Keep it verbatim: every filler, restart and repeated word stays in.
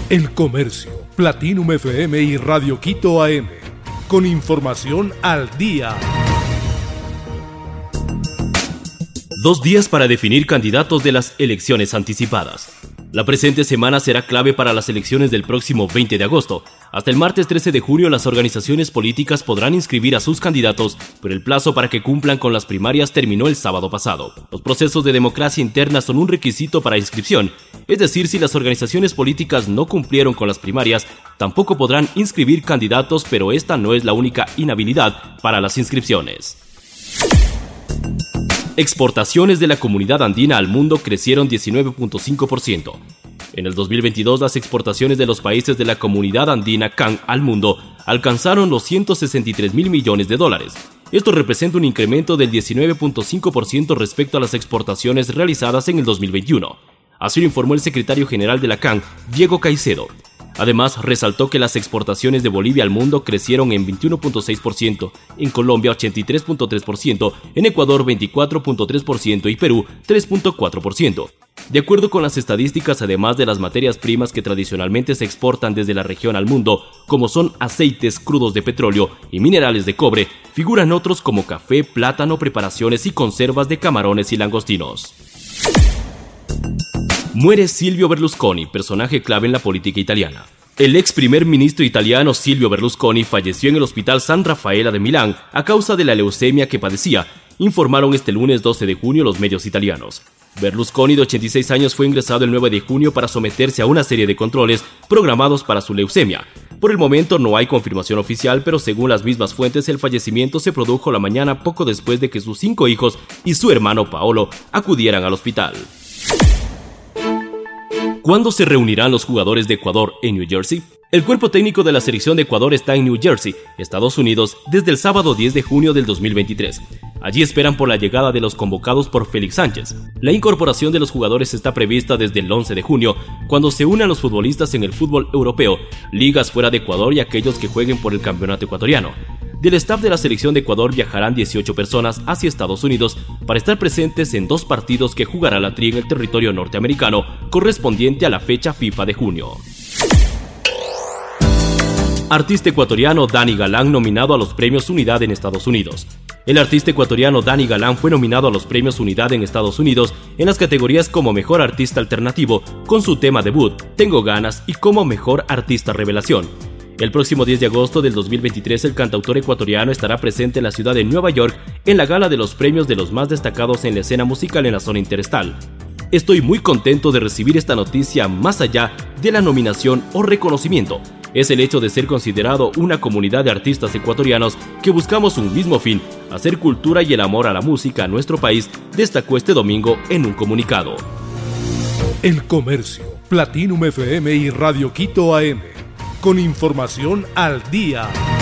El Comercio, Platinum F M y Radio Quito A M. Con información al día. Dos días para definir candidatos de las elecciones anticipadas. La presente semana será clave para las elecciones del próximo veinte de agosto. Hasta el martes trece de junio las organizaciones políticas podrán inscribir a sus candidatos, pero el plazo para que cumplan con las primarias terminó el sábado pasado. Los procesos de democracia interna son un requisito para inscripción, es decir, si las organizaciones políticas no cumplieron con las primarias, tampoco podrán inscribir candidatos, pero esta no es la única inhabilidad para las inscripciones. Exportaciones de la comunidad andina al mundo crecieron diecinueve punto cinco por ciento. En el dos mil veintidós, las exportaciones de los países de la comunidad andina C A N al mundo alcanzaron los ciento sesenta y tres mil millones de dólares. Esto representa un incremento del diecinueve punto cinco por ciento respecto a las exportaciones realizadas en el dos mil veintiuno. Así lo informó el secretario general de la C A N, Diego Caicedo. Además, resaltó que las exportaciones de Bolivia al mundo crecieron en veintiuno punto seis por ciento, en Colombia ochenta y tres punto tres por ciento, en Ecuador veinticuatro punto tres por ciento y Perú tres punto cuatro por ciento. De acuerdo con las estadísticas, además de las materias primas que tradicionalmente se exportan desde la región al mundo, como son aceites crudos de petróleo y minerales de cobre, figuran otros como café, plátano, preparaciones y conservas de camarones y langostinos. Muere Silvio Berlusconi, personaje clave en la política italiana. El ex primer ministro italiano Silvio Berlusconi falleció en el Hospital San Raffaele de Milán a causa de la leucemia que padecía, informaron este lunes doce de junio los medios italianos. Berlusconi, de ochenta y seis años, fue ingresado el nueve de junio para someterse a una serie de controles programados para su leucemia. Por el momento no hay confirmación oficial, pero según las mismas fuentes, el fallecimiento se produjo la mañana poco después de que sus cinco hijos y su hermano Paolo acudieran al hospital. ¿Cuándo se reunirán los jugadores de Ecuador en New Jersey? El cuerpo técnico de la selección de Ecuador está en New Jersey, Estados Unidos, desde el sábado diez de junio del dos mil veintitrés. Allí esperan por la llegada de los convocados por Félix Sánchez. La incorporación de los jugadores está prevista desde el once de junio, cuando se unan los futbolistas en el fútbol europeo, ligas fuera de Ecuador y aquellos que jueguen por el campeonato ecuatoriano. Del staff de la selección de Ecuador viajarán dieciocho personas hacia Estados Unidos para estar presentes en dos partidos que jugará la Tri en el territorio norteamericano, correspondiente a la fecha FIFA de junio. Artista ecuatoriano Dani Galán nominado a los premios Unidad en Estados Unidos. El artista ecuatoriano Dani Galán fue nominado a los premios Unidad en Estados Unidos en las categorías como Mejor Artista Alternativo con su tema debut, Tengo Ganas, y como Mejor Artista Revelación. El próximo diez de agosto del dos mil veintitrés, el cantautor ecuatoriano estará presente en la ciudad de Nueva York en la gala de los premios de los más destacados en la escena musical en la zona interestal. Estoy muy contento de recibir esta noticia más allá de la nominación o reconocimiento. Es el hecho de ser considerado una comunidad de artistas ecuatorianos que buscamos un mismo fin, hacer cultura y el amor a la música a nuestro país, destacó este domingo en un comunicado. El Comercio, Platinum F M y Radio Quito A M. Con información al día.